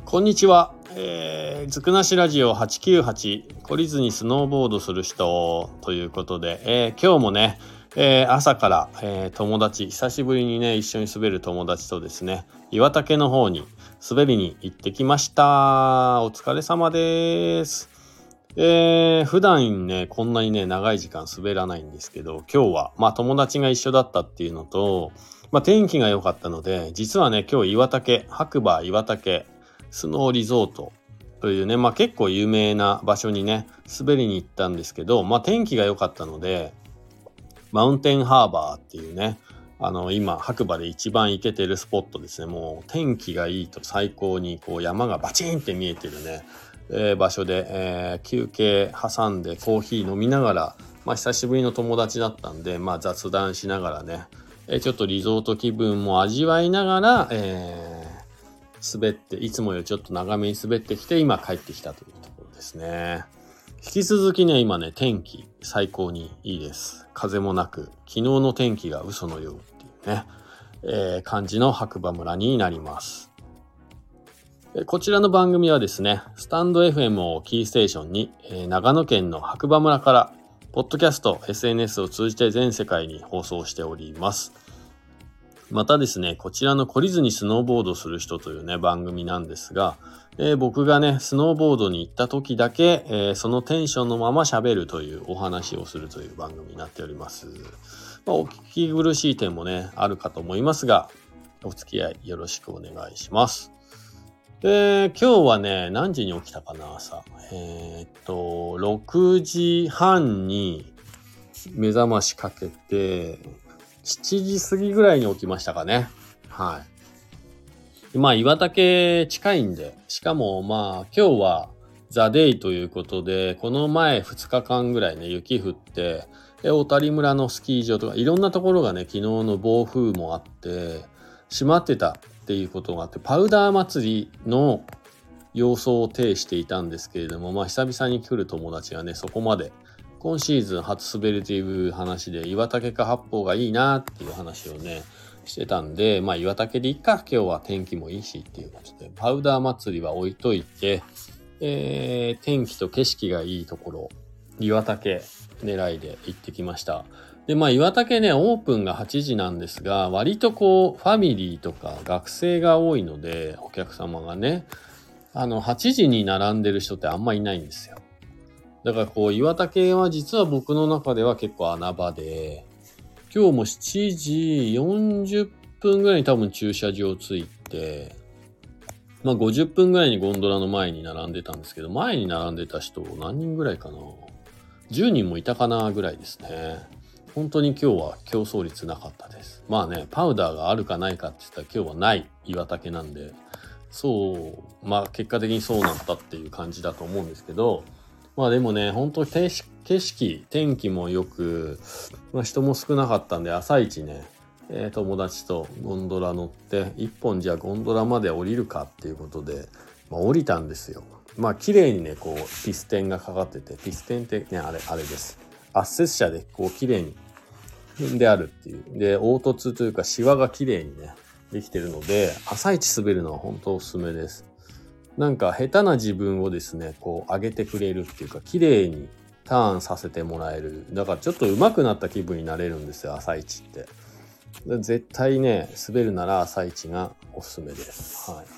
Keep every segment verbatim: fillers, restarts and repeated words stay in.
こんにちは、えー、ずくなしラジオはちきゅうはち懲りずにスノーボードする人ということで、えー、今日もね、えー、朝から、えー、友達久しぶりにね一緒に滑る友達とですね岩岳の方に滑りに行ってきました。お疲れ様です。えー、普段ねこんなにね長い時間滑らないんですけど、今日はまあ友達が一緒だったっていうのと、まあ、天気が良かったので、実はね今日岩岳白馬岩岳スノーリゾートというね、まあ結構有名な場所にね滑りに行ったんですけど、まあ天気が良かったのでマウンテンハーバーっていうね、あの今白馬で一番行けてるスポットですね。もう天気がいいと最高にこう山がバチンって見えてるね、えー、場所で、えー、休憩挟んでコーヒー飲みながら、まあ久しぶりの友達だったんで、まあ雑談しながらね、えー、ちょっとリゾート気分も味わいながら、えー滑っていつもよりちょっと長めに滑ってきて今帰ってきたというところですね。引き続きね今ね天気最高にいいです。風もなく昨日の天気が嘘のようっていうね、えー、感じの白馬村になります。こちらの番組はですねスタンド エフエム をキーステーションに、えー、長野県の白馬村からポッドキャスト エスエヌエス を通じて全世界に放送しております。またですね、こちらの懲りずにスノーボードする人というね、番組なんですが、えー、僕がね、スノーボードに行った時だけ、えー、そのテンションのまま喋るというお話をするという番組になっております。まあ、お聞き苦しい点もね、あるかと思いますが、お付き合いよろしくお願いします。で、今日はね、何時に起きたかな、朝。えー、っと、ろくじはんに目覚ましかけて、しちじ過ぎぐらいに起きましたかね。はい。まあ岩岳近いんで、しかもまあ今日はザ・デイということで、この前ふつかかんぐらいね雪降って、小谷村のスキー場とかいろんなところがね昨日の暴風もあって閉まってたっていうことがあって、パウダー祭りの様相を呈していたんですけれども、まあ久々に来る友達がねそこまで今シーズン初滑るという話で岩岳か八方がいいなっていう話をねしてたんで、まあ岩岳でいっか、今日は天気もいいしっていうことでパウダー祭りは置いといて、えー、天気と景色がいいところ岩岳狙いで行ってきました。でまあ岩岳ねオープンがはちじなんですが、割とこうファミリーとか学生が多いのでお客様がねあのはちじに並んでる人ってあんまいないんですよ。だからこう岩岳は実は僕の中では結構穴場で、今日もしちじよんじゅっぷんぐらいに多分駐車場着いて、まあごじゅっぷんぐらいにゴンドラの前に並んでたんですけど、前に並んでた人何人ぐらいかな、じゅうにんもいたかなぐらいですね。本当に今日は競争率なかったです。まあねパウダーがあるかないかって言ったら今日はない岩岳なんで、そうまあ結果的にそうなったっていう感じだと思うんですけど、まあでもね、本当景色、天気もよく、まあ、人も少なかったんで、朝一ね、えー、友達とゴンドラ乗って、一本じゃゴンドラまで降りるかっていうことで、まあ、降りたんですよ。まあ綺麗にね、こう、ピステンがかかってて、ピステンってね、あれ、あれです。圧雪車でこう綺麗に踏んであるっていう。で、凹凸というかシワが綺麗にね、できてるので、朝一滑るのは本当おすすめです。なんか下手な自分をですねこう上げてくれるっていうか、綺麗にターンさせてもらえる。だからちょっと上手くなった気分になれるんですよ朝一って。絶対ね滑るなら朝一がおすすめです。はい。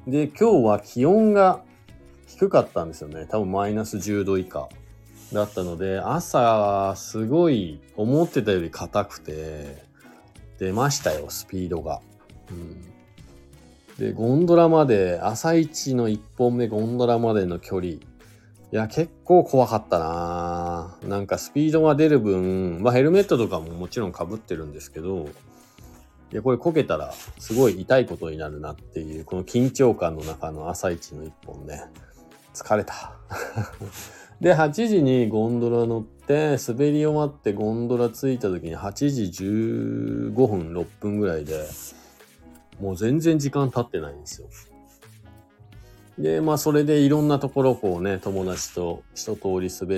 で今日は気温が低かったんですよね。多分マイナスじゅうど以下だったので、朝すごい思ってたより硬くて出ましたよスピードが。うんでゴンドラまで朝一のいっぽんめゴンドラまでの距離、いや結構怖かったな。なんかスピードが出る分、まあヘルメットとかももちろん被ってるんですけど、いやこれこけたらすごい痛いことになるなっていう、この緊張感の中の朝一のいっぽんね、疲れたではちじにゴンドラ乗って滑り終わってゴンドラ着いた時にはちじじゅうごふんろっぷんぐらいで、もう全然時間経ってないんですよ。で、まあそれでいろんなところこうね、友達と一通り滑って、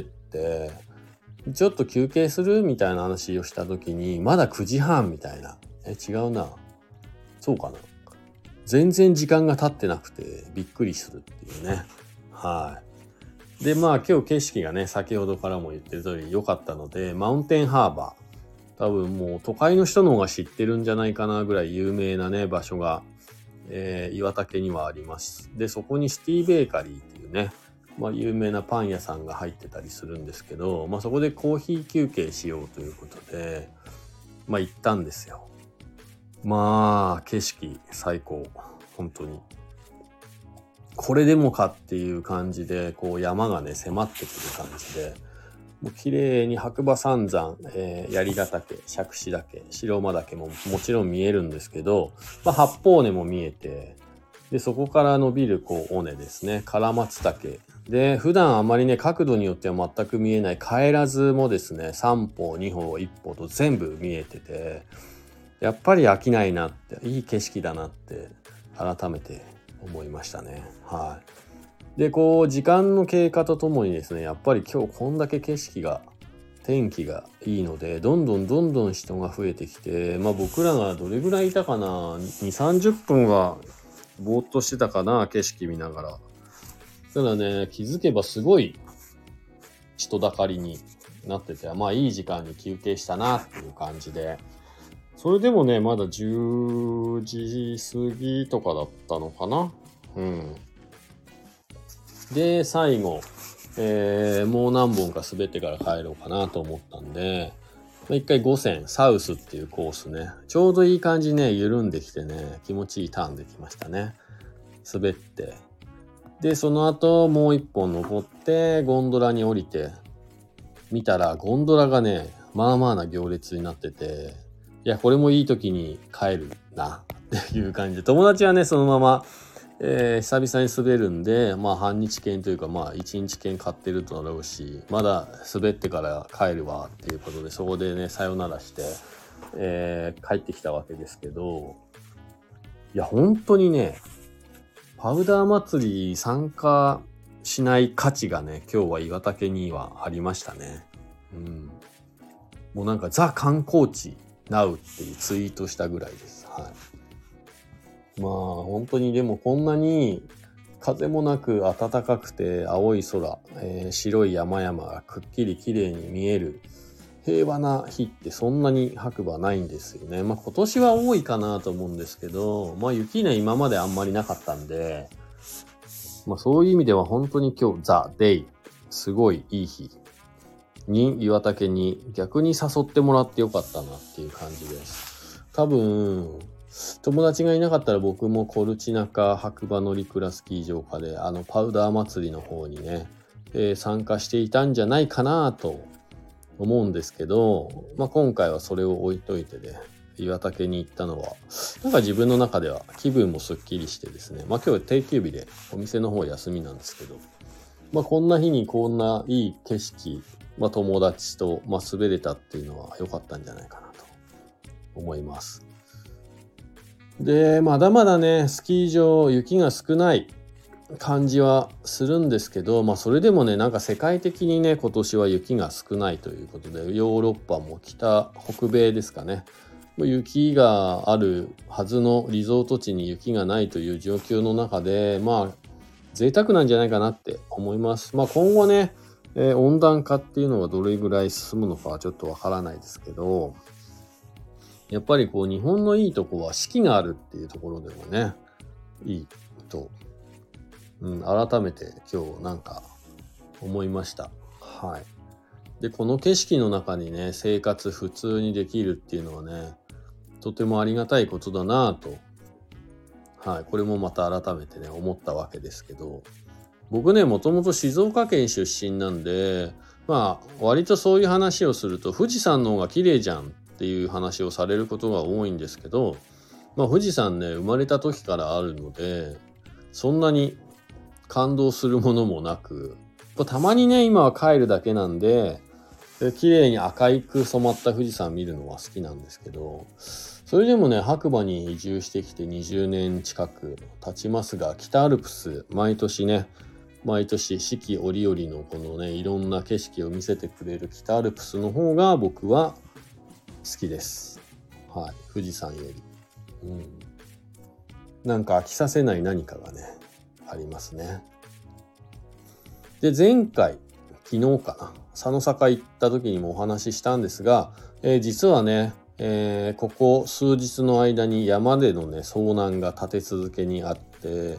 ちょっと休憩するみたいな話をした時に、まだくじはんみたいな。え、違うな。そうかな。 全然時間が経ってなくてびっくりするっていうね。はい。で、まあ今日景色がね、先ほどからも言ってる通り良かったので、マウンテンハーバー。多分もう都会の人の方が知ってるんじゃないかなぐらい有名なね、場所が、えー、岩竹にはあります。で、そこにシティベーカリーっていうね、まあ有名なパン屋さんが入ってたりするんですけど、まあそこでコーヒー休憩しようということで、まあ行ったんですよ。まあ景色最高。本当に。これでもかっていう感じで、こう山がね、迫ってくる感じで、もう綺麗に白馬三山、えー、槍ヶ岳、杓子岳、白馬岳ももちろん見えるんですけど、まあ、八方根も見えて、で、そこから伸びるこう尾根ですね、唐松岳。で、普段あまりね、角度によっては全く見えない帰らずもですね、三歩、二歩、一歩と全部見えてて、やっぱり飽きないなって、いい景色だなって改めて思いましたね。はい。で、こう時間の経過とともにですね、やっぱり今日こんだけ景色が天気がいいので、どんどんどんどん人が増えてきて、まあ僕らがどれぐらいいたかな、に、さんじゅっぷんはぼーっとしてたかな、景色見ながら。ただね、気づけばすごい人だかりになってて、まあいい時間に休憩したなっていう感じで。それでもね、まだじゅうじ過ぎとかだったのかな。うん。で、最後、えー、もう何本か滑ってから帰ろうかなと思ったんで、まあ、一回ごせん、サウスっていうコースね。ちょうどいい感じね、緩んできてね、気持ちいいターンできましたね。滑って。で、その後、もう一本登って、ゴンドラに降りて、見たら、ゴンドラがね、まあまあな行列になってて、いや、これもいい時に帰るなっていう感じで、友達はね、そのまま、えー、久々に滑るんで、まあ半日券というか、まあ一日券買ってるだろうし、まだ滑ってから帰るわっていうことで、そこでね、さよならして、えー、帰ってきたわけですけど、いや、本当にね、パウダー祭り参加しない価値がね、今日は岩竹にはありましたね。うん。もうなんかザ観光地ナウっていうツイートしたぐらいです。はい。まあ本当にでもこんなに風もなく暖かくて青い空、えー、白い山々がくっきり綺麗に見える平和な日ってそんなに白馬ないんですよね。まあ今年は多いかなと思うんですけど、まあ雪ね今まであんまりなかったんで、まあそういう意味では本当に今日ザ・デイすごいいい日に岩竹に逆に誘ってもらってよかったなっていう感じです。多分友達がいなかったら僕もコルチナか白馬乗鞍スキー場かであのパウダー祭りの方にね、えー、参加していたんじゃないかなと思うんですけど、まあ、今回はそれを置いといてね、岩竹に行ったのはなんか自分の中では気分もすっきりしてですね、まあ今日は定休日でお店の方休みなんですけど、まあこんな日にこんないい景色、まあ友達と、まあ、滑れたっていうのは良かったんじゃないかなと思います。で、まだまだね、スキー場雪が少ない感じはするんですけど、まあそれでもね、なんか世界的にね、今年は雪が少ないということで、ヨーロッパも北、北米ですかね。雪があるはずのリゾート地に雪がないという状況の中で、まあ贅沢なんじゃないかなって思います。まあ今後ね、えー、温暖化っていうのがどれぐらい進むのかはちょっとわからないですけど、やっぱりこう日本のいいとこは四季があるっていうところでもね、いいと、うん、改めて今日なんか思いました。はい。で、この景色の中にね、生活普通にできるっていうのはね、とてもありがたいことだなぁと、はい、これもまた改めてね、思ったわけですけど、僕ね、もともと静岡県出身なんで、まあ、割とそういう話をすると、富士山の方が綺麗じゃんっていう話をされることが多いんですけど、まあ富士山ね、生まれた時からあるので、そんなに感動するものもなく、たまにね、今は帰るだけなんで、綺麗に赤いく染まった富士山見るのは好きなんですけど、それでもね、白馬に移住してきてにじゅうねん近く経ちますが、北アルプス、毎年ね、毎年四季折々のこのね、いろんな景色を見せてくれる北アルプスの方が僕は好きです。はい、富士山より。うん。 なんか飽きさせない何かがねありますね。で前回昨日かな佐野坂行った時にもお話ししたんですが、えー、実はね、えー、ここ数日の間に山でのね遭難が立て続けにあって、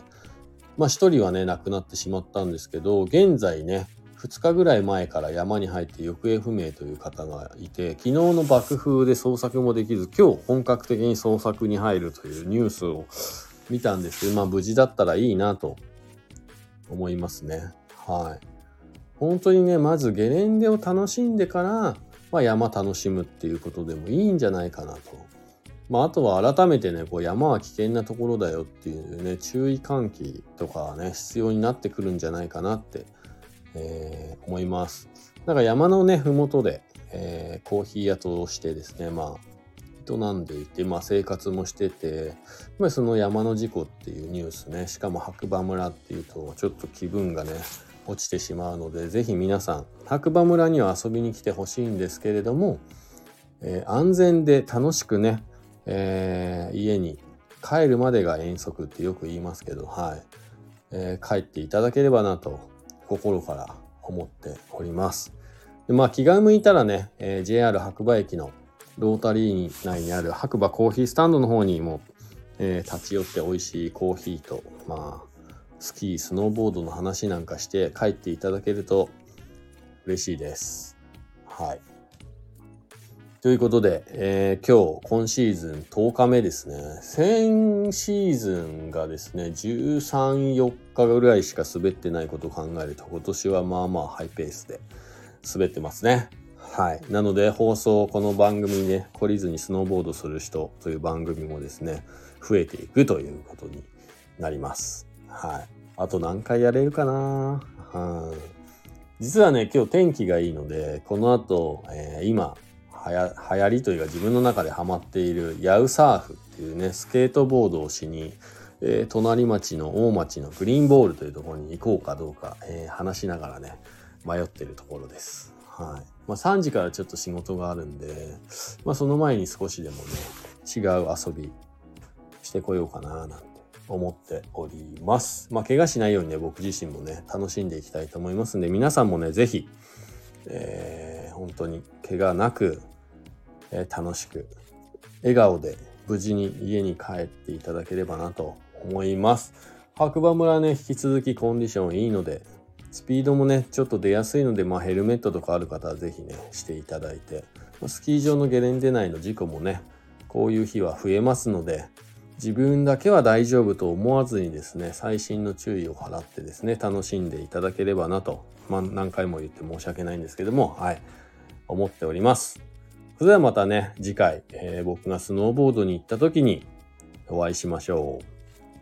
まあ一人はね亡くなってしまったんですけど、現在ねふつかぐらい前から山に入って行方不明という方がいて、昨日の爆風で捜索もできず、今日本格的に捜索に入るというニュースを見たんですけど、まあ無事だったらいいなと思いますね。はい。本当にね、まずゲレンデを楽しんでから、まあ、山楽しむっていうことでもいいんじゃないかなと。まあ、あとは改めてね、こう山は危険なところだよっていうね、注意喚起とかはね、必要になってくるんじゃないかなって、えー、思います。なんか山のね、ふもとで、えー、コーヒー屋としてですね、まあ、営んでいて、まあ、生活もしてて、まあ、その山の事故っていうニュースね、しかも白馬村っていうとちょっと気分がね落ちてしまうので、ぜひ皆さん白馬村には遊びに来てほしいんですけれども、えー、安全で楽しくね、えー、家に帰るまでが遠足ってよく言いますけど、はい、えー、帰っていただければなと心から思っております。で、まあ気が向いたらね、えー、ジェイアール 白馬駅のロータリー内にある白馬コーヒースタンドの方にも、えー、立ち寄って美味しいコーヒーと、まあ、スキー、スノーボードの話なんかして帰っていただけると嬉しいです。はい。ということで、えー、今日、今シーズンとおかめですね。先シーズンがですね、じゅうさん、よっかぐらいしか滑ってないことを考えると、今年はまあまあハイペースで滑ってますね。はい。なので放送、この番組にね、懲りずにスノーボードする人という番組もですね、増えていくということになります。はい。あと何回やれるかな。はい。実はね、今日天気がいいので、この後、えー、今はや、流行りというか自分の中でハマっているヤウサーフっていうね、スケートボードをしに、えー、隣町の大町のグリーンボールというところに行こうかどうか、えー、話しながらね、迷ってるところです。はい。まあさんじからちょっと仕事があるんで、まあその前に少しでもね、違う遊びしてこようかななんて思っております。まあ怪我しないようにね、僕自身もね、楽しんでいきたいと思いますんで、皆さんもね、ぜひ、えー、本当に怪我なく、えー、楽しく、笑顔で無事に家に帰っていただければなと思います。白馬村ね、引き続きコンディションいいので、スピードもねちょっと出やすいので、まあ、ヘルメットとかある方はぜひねしていただいて、まあ、スキー場のゲレンデ内の事故もねこういう日は増えますので、自分だけは大丈夫と思わずにですね、細心の注意を払ってですね楽しんでいただければなと、まあ、何回も言って申し訳ないんですけども、はい思っております。それではまたね次回、えー、僕がスノーボードに行った時にお会いしましょう。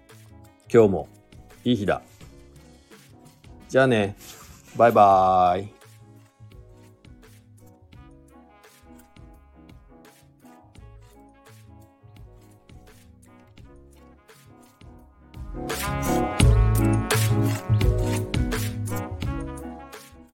今日もいい日だ。じゃあね、バイバーイ。